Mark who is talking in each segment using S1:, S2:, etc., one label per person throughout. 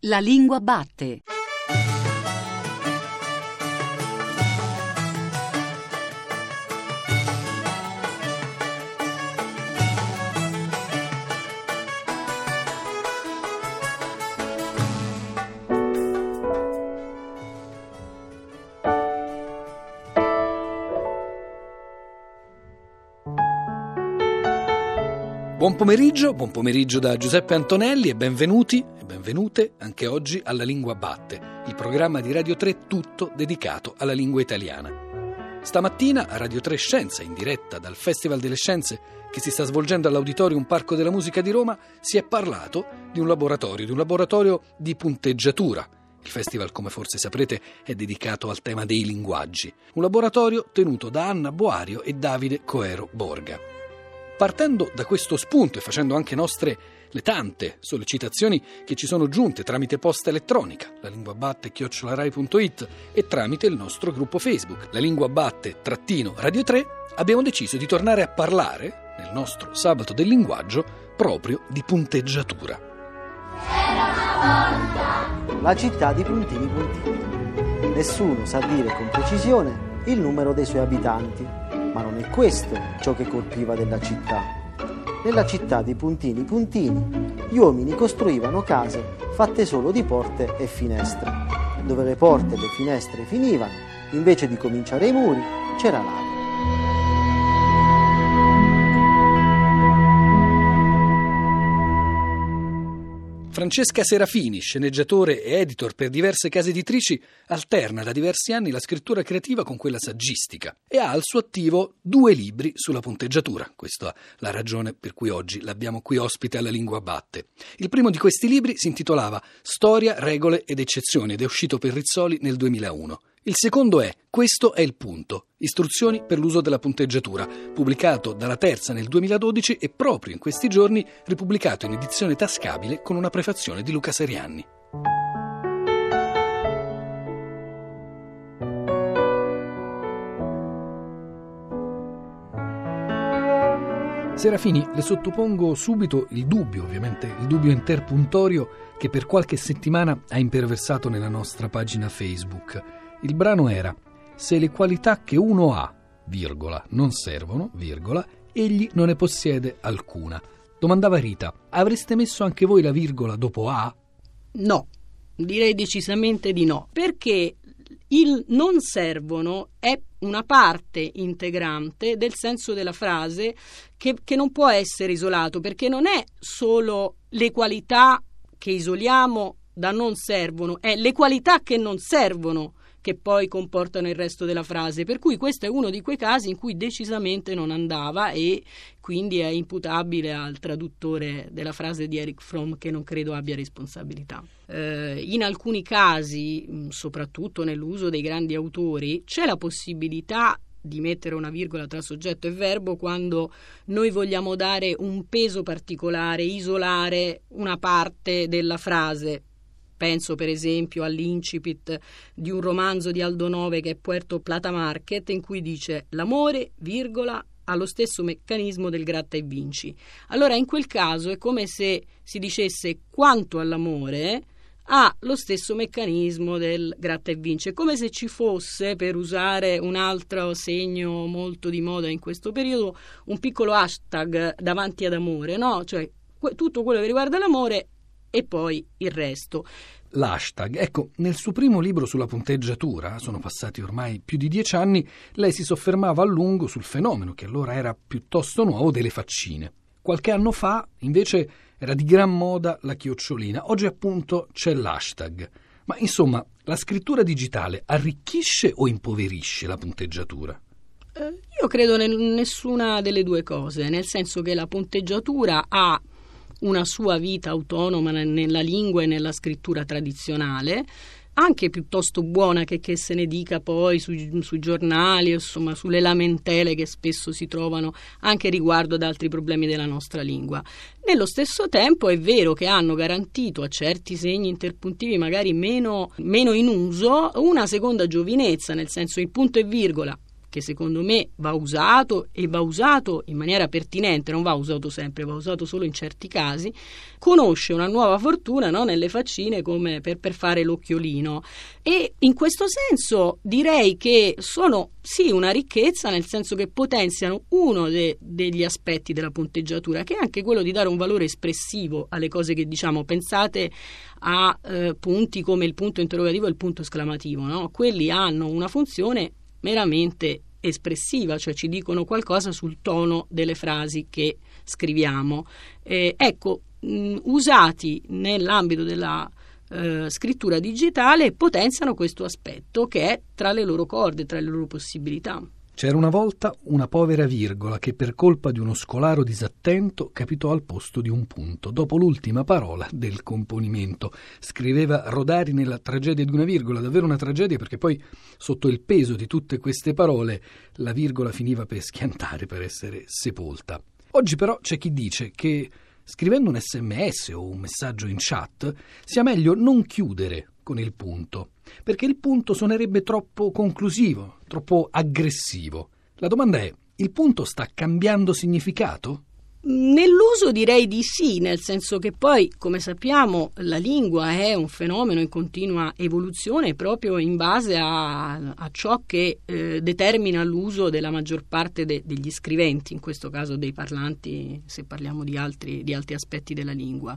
S1: La lingua batte.
S2: Buon pomeriggio da Giuseppe Antonelli e benvenuti e benvenute anche oggi alla Lingua Batte, il programma di Radio 3 tutto dedicato alla lingua italiana. Stamattina a Radio 3 Scienza, in diretta dal Festival delle Scienze che si sta svolgendo all'Auditorium Parco della Musica di Roma, si è parlato di un laboratorio di punteggiatura. Il festival, come forse saprete, è dedicato al tema dei linguaggi. Un laboratorio tenuto da Anna Boario e Davide Coero Borga. Partendo da questo spunto e facendo anche nostre le tante sollecitazioni che ci sono giunte tramite posta elettronica, lalinguabatte@rai.it, e tramite il nostro gruppo Facebook, La Lingua Batte Radio 3, abbiamo deciso di tornare a parlare, nel nostro Sabato del Linguaggio, proprio di punteggiatura.
S3: Era una volta
S4: la città di puntini puntini. Nessuno sa dire con precisione il numero dei suoi abitanti. Ma non è questo ciò che colpiva della città. Nella città di puntini puntini, gli uomini costruivano case fatte solo di porte e finestre. Dove le porte e le finestre finivano, invece di cominciare i muri, c'era l'aria.
S2: Francesca Serafini, sceneggiatore e editor per diverse case editrici, alterna da diversi anni la scrittura creativa con quella saggistica e ha al suo attivo 2 libri sulla punteggiatura. Questa è la ragione per cui oggi l'abbiamo qui ospite alla Lingua Batte. Il primo di questi libri si intitolava Storia, regole ed eccezioni ed è uscito per Rizzoli nel 2001. Il secondo è Questo è il punto, istruzioni per l'uso della punteggiatura, pubblicato dalla Terza nel 2012 e proprio in questi giorni ripubblicato in edizione tascabile con una prefazione di Luca Serianni. Serafini, le sottopongo subito il dubbio, ovviamente il dubbio interpuntorio che per qualche settimana ha imperversato nella nostra pagina Facebook. Il brano era: se le qualità che uno ha, virgola, non servono, virgola, egli non ne possiede alcuna. Domandava Rita: avreste messo anche voi la virgola dopo a?
S5: No, direi decisamente di no, perché il non servono è una parte integrante del senso della frase che non può essere isolato, perché non è solo le qualità che isoliamo da non servono, è le qualità che non servono che poi comportano il resto della frase, per cui questo è uno di quei casi in cui decisamente non andava e quindi è imputabile al traduttore della frase di Erich Fromm, che non credo abbia responsabilità. In alcuni casi, soprattutto nell'uso dei grandi autori, c'è la possibilità di mettere una virgola tra soggetto e verbo quando noi vogliamo dare un peso particolare, isolare una parte della frase. Penso per esempio all'incipit di un romanzo di Aldo Nove che è Puerto Plata Market, in cui dice l'amore, virgola, ha lo stesso meccanismo del gratta e vinci. Allora in quel caso è come se si dicesse quanto all'amore ha lo stesso meccanismo del gratta e vinci. È come se ci fosse, per usare un altro segno molto di moda in questo periodo, un piccolo hashtag davanti ad amore, no? Cioè tutto quello che riguarda l'amore e poi il resto.
S2: L'hashtag. Ecco, nel suo primo libro sulla punteggiatura, sono passati ormai più di 10 anni, lei si soffermava a lungo sul fenomeno, che allora era piuttosto nuovo, delle faccine. Qualche anno fa, invece, era di gran moda la chiocciolina. Oggi, appunto, c'è l'hashtag. Ma, insomma, la scrittura digitale arricchisce o impoverisce la punteggiatura?
S5: Io credo nessuna delle due cose, nel senso che la punteggiatura ha una sua vita autonoma nella lingua e nella scrittura tradizionale, anche piuttosto buona che se ne dica poi sui giornali, insomma sulle lamentele che spesso si trovano anche riguardo ad altri problemi della nostra lingua. Nello stesso tempo è vero che hanno garantito a certi segni interpuntivi magari meno in uso una seconda giovinezza, nel senso il punto e virgola che secondo me va usato e va usato in maniera pertinente, non va usato sempre, va usato solo in certi casi, conosce una nuova fortuna, no, nelle faccine come per fare l'occhiolino, e in questo senso direi che sono sì una ricchezza, nel senso che potenziano uno degli aspetti della punteggiatura, che è anche quello di dare un valore espressivo alle cose che diciamo. Pensate a punti come il punto interrogativo e il punto esclamativo, no? Quelli hanno una funzione meramente espressiva, cioè ci dicono qualcosa sul tono delle frasi che scriviamo. Usati nell'ambito della scrittura digitale potenziano questo aspetto che è tra le loro corde, tra le loro possibilità.
S2: C'era una volta una povera virgola che per colpa di uno scolaro disattento capitò al posto di un punto, dopo l'ultima parola del componimento. Scriveva Rodari nella tragedia di una virgola, davvero una tragedia, perché poi sotto il peso di tutte queste parole la virgola finiva per schiantare, per essere sepolta. Oggi però c'è chi dice che scrivendo un SMS o un messaggio in chat sia meglio non chiudere con il punto, perché il punto suonerebbe troppo conclusivo, troppo aggressivo. La domanda è: il punto sta cambiando significato?
S5: Nell'uso direi di sì, nel senso che poi, come sappiamo, la lingua è un fenomeno in continua evoluzione proprio in base a ciò che determina l'uso della maggior parte degli scriventi, in questo caso dei parlanti, se parliamo di altri aspetti della lingua.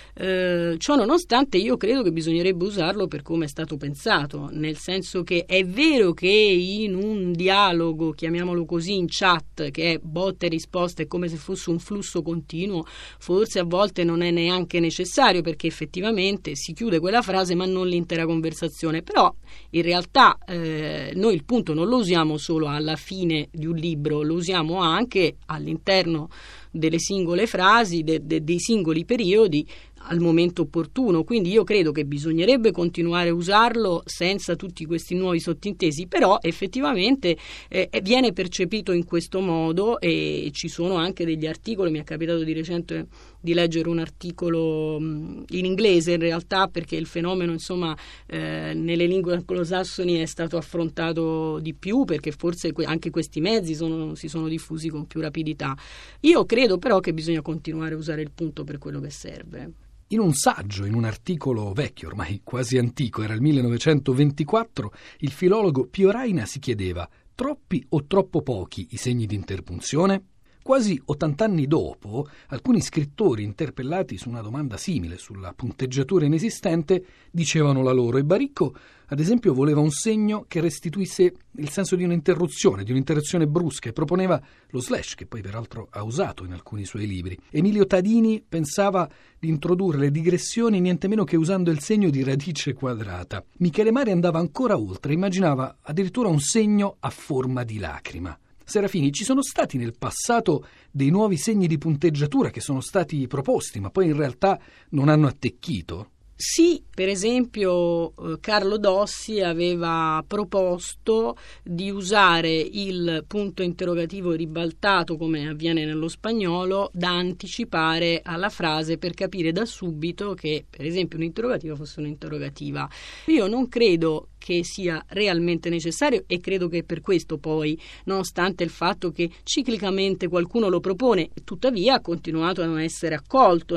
S5: Ciò nonostante io credo che bisognerebbe usarlo per come è stato pensato, nel senso che è vero che in un dialogo, chiamiamolo così, in chat, che è botta e risposta, è come se fosse un flusso continuo, forse a volte non è neanche necessario, perché effettivamente si chiude quella frase ma non l'intera conversazione. Però in realtà noi il punto non lo usiamo solo alla fine di un libro, lo usiamo anche all'interno delle singole frasi, dei singoli periodi, al momento opportuno. Quindi io credo che bisognerebbe continuare a usarlo senza tutti questi nuovi sottintesi, però effettivamente viene percepito in questo modo, e ci sono anche degli articoli. Mi è capitato di recente di leggere un articolo in inglese, in realtà, perché il fenomeno insomma nelle lingue anglosassoni è stato affrontato di più, perché forse anche questi mezzi si sono diffusi con più rapidità. Io credo però che bisogna continuare a usare il punto per quello che serve.
S2: In un saggio, in un articolo vecchio, ormai quasi antico, era il 1924, il filologo Pio Raina si chiedeva: troppi o troppo pochi i segni di interpunzione? Quasi 80 anni dopo, alcuni scrittori interpellati su una domanda simile sulla punteggiatura inesistente dicevano la loro, e Baricco, ad esempio, voleva un segno che restituisse il senso di un'interruzione brusca, e proponeva lo slash, che poi peraltro ha usato in alcuni suoi libri. Emilio Tadini pensava di introdurre le digressioni niente meno che usando il segno di radice quadrata. Michele Mari andava ancora oltre, immaginava addirittura un segno a forma di lacrima. Serafini, ci sono stati nel passato dei nuovi segni di punteggiatura che sono stati proposti, ma poi in realtà non hanno attecchito?
S5: Sì, per esempio Carlo Dossi aveva proposto di usare il punto interrogativo ribaltato, come avviene nello spagnolo, da anticipare alla frase per capire da subito che, per esempio, un'interrogativa fosse un'interrogativa. Io non credo che sia realmente necessario, e credo che per questo poi, nonostante il fatto che ciclicamente qualcuno lo propone, tuttavia ha continuato a non essere accolto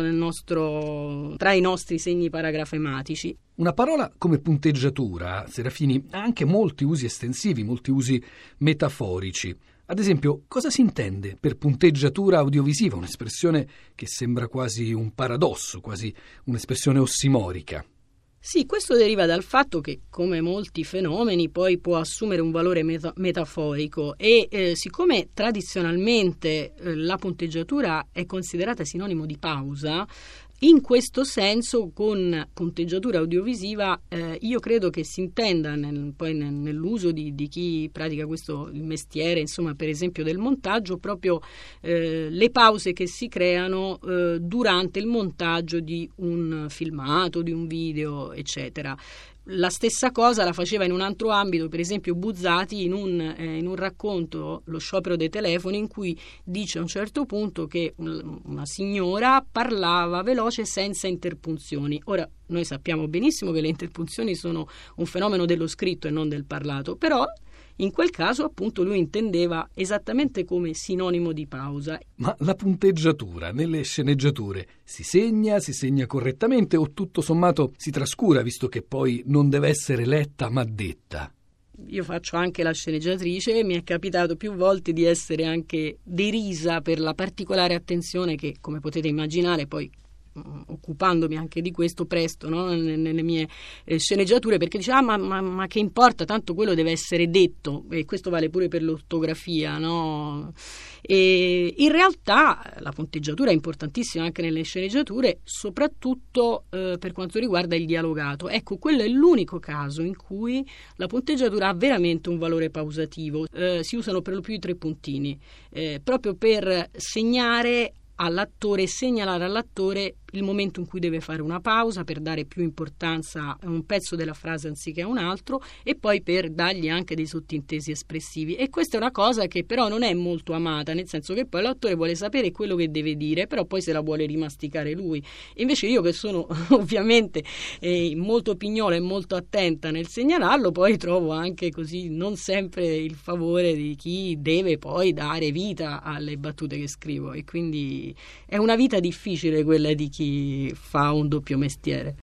S5: tra i nostri segni paragrafematici.
S2: Una parola come punteggiatura, Serafini, ha anche molti usi estensivi, molti usi metaforici. Ad esempio, cosa si intende per punteggiatura audiovisiva? Un'espressione che sembra quasi un paradosso, quasi un'espressione ossimorica.
S5: Sì, questo deriva dal fatto che, come molti fenomeni, poi può assumere un valore metaforico, e siccome tradizionalmente la punteggiatura è considerata sinonimo di pausa, in questo senso con punteggiatura audiovisiva io credo che si intenda poi nell'uso di chi pratica il mestiere, insomma, per esempio del montaggio, proprio le pause che si creano durante il montaggio di un filmato, di un video, eccetera. La stessa cosa la faceva in un altro ambito, per esempio Buzzati, in un racconto, Lo sciopero dei telefoni, in cui dice a un certo punto che una signora parlava veloce senza interpunzioni. Ora, noi sappiamo benissimo che le interpunzioni sono un fenomeno dello scritto e non del parlato, però In quel caso appunto lui intendeva esattamente come sinonimo di pausa.
S2: Ma la punteggiatura nelle sceneggiature si segna correttamente o tutto sommato si trascura, visto che poi non deve essere letta ma detta?
S5: Io faccio anche la sceneggiatrice e mi è capitato più volte di essere anche derisa per la particolare attenzione che, come potete immaginare, poi occupandomi anche di questo presto, no? Nelle mie sceneggiature, perché diceva ma che importa, tanto quello deve essere detto, e questo vale pure per l'ortografia, no? E in realtà la punteggiatura è importantissima anche nelle sceneggiature, soprattutto per quanto riguarda il dialogato. Ecco, quello è l'unico caso in cui la punteggiatura ha veramente un valore pausativo. Si usano per lo più i 3 puntini, proprio per segnalare all'attore il momento in cui deve fare una pausa, per dare più importanza a un pezzo della frase anziché a un altro, e poi per dargli anche dei sottintesi espressivi. E questa è una cosa che però non è molto amata, nel senso che poi l'attore vuole sapere quello che deve dire, però poi se la vuole rimasticare lui. Invece io, che sono ovviamente molto pignola e molto attenta nel segnalarlo, poi trovo anche così non sempre il favore di chi deve poi dare vita alle battute che scrivo, e quindi è una vita difficile quella di chi fa un doppio mestiere.